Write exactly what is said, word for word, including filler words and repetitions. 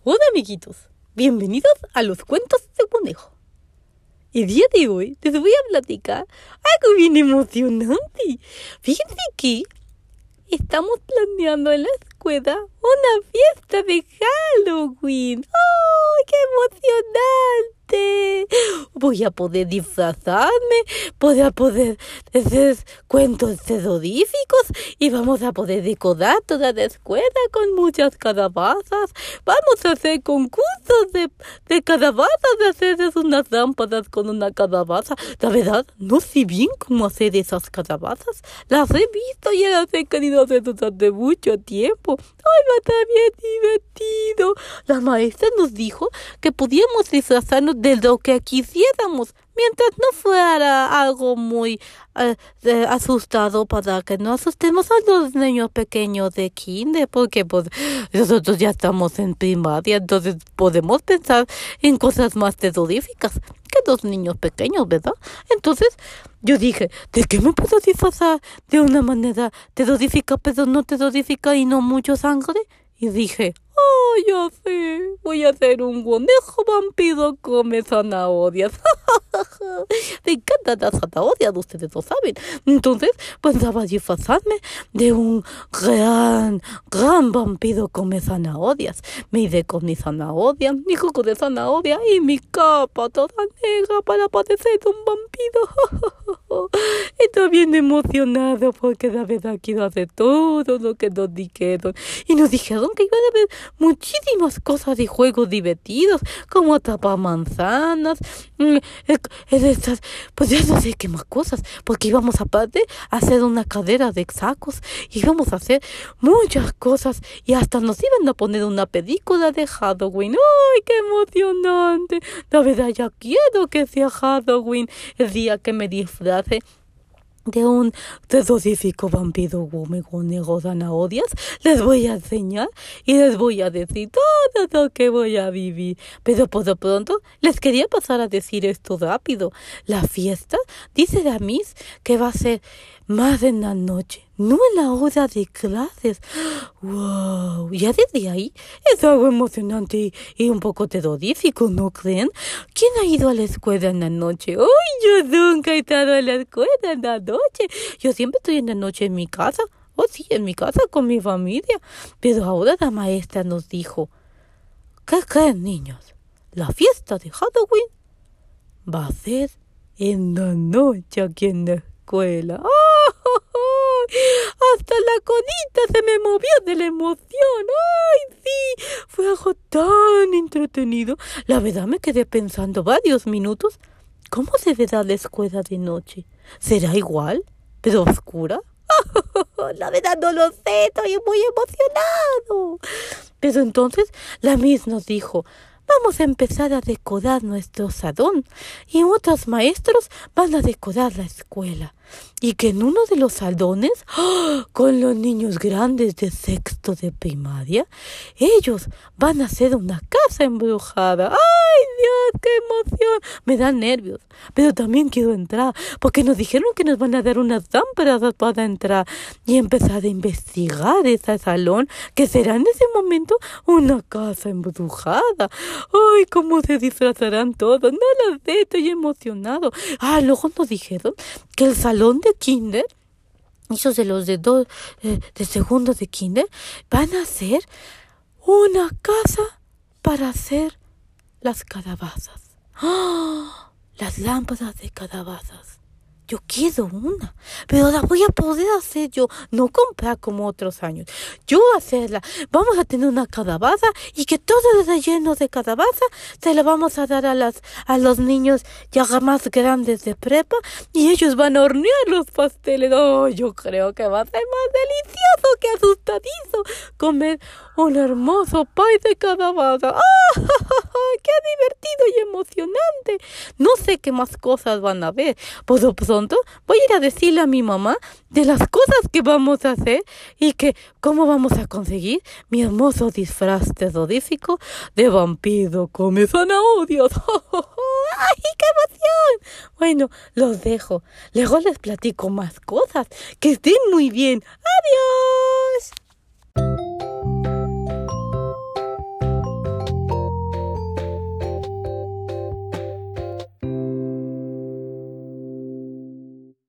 Hola amiguitos, bienvenidos a los cuentos de conejo. El día de hoy les voy a platicar algo bien emocionante. Fíjense que estamos planeando en la escuela una fiesta de Halloween. ¡Oh, qué emocionante! Voy a poder disfrazarme, voy a poder hacer cuentos terroríficos y vamos a poder decorar toda la escuela con muchas calabazas. Vamos a hacer concursos de, de calabazas, de hacer unas lámparas con una calabaza. La verdad, no sé bien cómo hacer esas calabazas. Las he visto y las he querido hacer durante mucho tiempo. ¡Ay, va a estar bien divertido! La maestra nos dijo que podíamos disfrazarnos de lo que quisiéramos, mientras no fuera algo muy uh, eh, asustado, para que no asustemos a los niños pequeños de kinder, porque pues nosotros ya estamos en primaria, entonces podemos pensar en cosas más terroríficas que los niños pequeños, ¿verdad? Entonces yo dije, ¿de qué me puedo disfrazar de una manera terrorífica, pero no terrorífica y no mucho sangre? Y dije, oh, ya sé, voy a hacer un conejo vampiro come zanahorias. Me encantan las zanahorias, ustedes lo saben. Entonces pensaba disfrazarme de un gran, gran vampiro come zanahorias. Me iré con mi zanahoria, mi jugo de zanahoria y mi capa toda negra para parecer un vampiro. Estoy bien emocionado porque la verdad quiero hacer todo lo que nos dijeron. Y nos dijeron que iban a haber muchísimas cosas y juegos divertidos, como atrapar manzanas, eh, eh, estas, pues ya no sé qué más cosas, porque íbamos aparte a hacer una cadera de sacos, íbamos a hacer muchas cosas y hasta nos iban a poner una película de Halloween. ¡Ay, qué emocionante! La verdad, ya quiero que sea Halloween, el día que me disfrace de un terrorífico vampiro come conejo zanahorias. Les voy a enseñar y les voy a decir todo lo que voy a vivir. Pero por lo pronto les quería pasar a decir esto rápido. La fiesta, dice la Miss, que va a ser más en la noche, no en la hora de clases. ¡Wow! Ya desde ahí es algo emocionante y, y un poco terrorífico, ¿no creen? ¿Quién ha ido a la escuela en la noche? ¡Ay, yo nunca he estado en la escuela en la noche! Yo siempre estoy en la noche en mi casa. Oh, sí, en mi casa con mi familia. Pero ahora la maestra nos dijo, ¿qué creen, niños? La fiesta de Halloween va a ser en la noche aquí en la escuela. ¡Oh! Hasta la conita se me movió de la emoción. ¡Ay, sí! Fue algo tan entretenido. La verdad me quedé pensando varios minutos. ¿Cómo se verá la escuela de noche? ¿Será igual, pero oscura? La verdad no lo sé, estoy muy emocionado. Pero entonces la Miss nos dijo, vamos a empezar a decorar nuestro salón y otros maestros van a decorar la escuela. Y que en uno de los salones, ¡oh!, con los niños grandes de sexto de primaria, ellos van a hacer una casa embrujada. ¡Ay, Dios, qué emoción! Me da nervios, pero también quiero entrar, porque nos dijeron que nos van a dar unas lámparas para entrar y empezar a investigar ese salón, que será en ese momento una casa embrujada. ¡Ay, cómo se disfrazarán todos! No lo sé, estoy emocionado. Ah, luego nos dijeron que el salón de kinder, esos de los de dos, eh, de segundo de kinder, van a hacer una casa para hacer las calabazas. ¡Oh! Las lámparas de calabazas. Yo quiero una, pero la voy a poder hacer yo, no comprar como otros años. Yo hacerla. Vamos a tener una calabaza y que todo el relleno de calabaza se la vamos a dar a las a los niños ya más grandes de prepa y ellos van a hornear los pasteles. Oh, yo creo que va a ser más delicioso que asustadizo comer un hermoso pie de calabaza. ¡Ah! ¡Qué divertido y emocionante! No sé qué más cosas van a ver. Por lo pronto voy a ir a decirle a mi mamá de las cosas que vamos a hacer y que cómo vamos a conseguir mi hermoso disfraz terrorífico de vampiro come zanahorias. ¡Ay, qué emoción! Bueno, los dejo. Luego les platico más cosas. Que estén muy bien. ¡Adiós!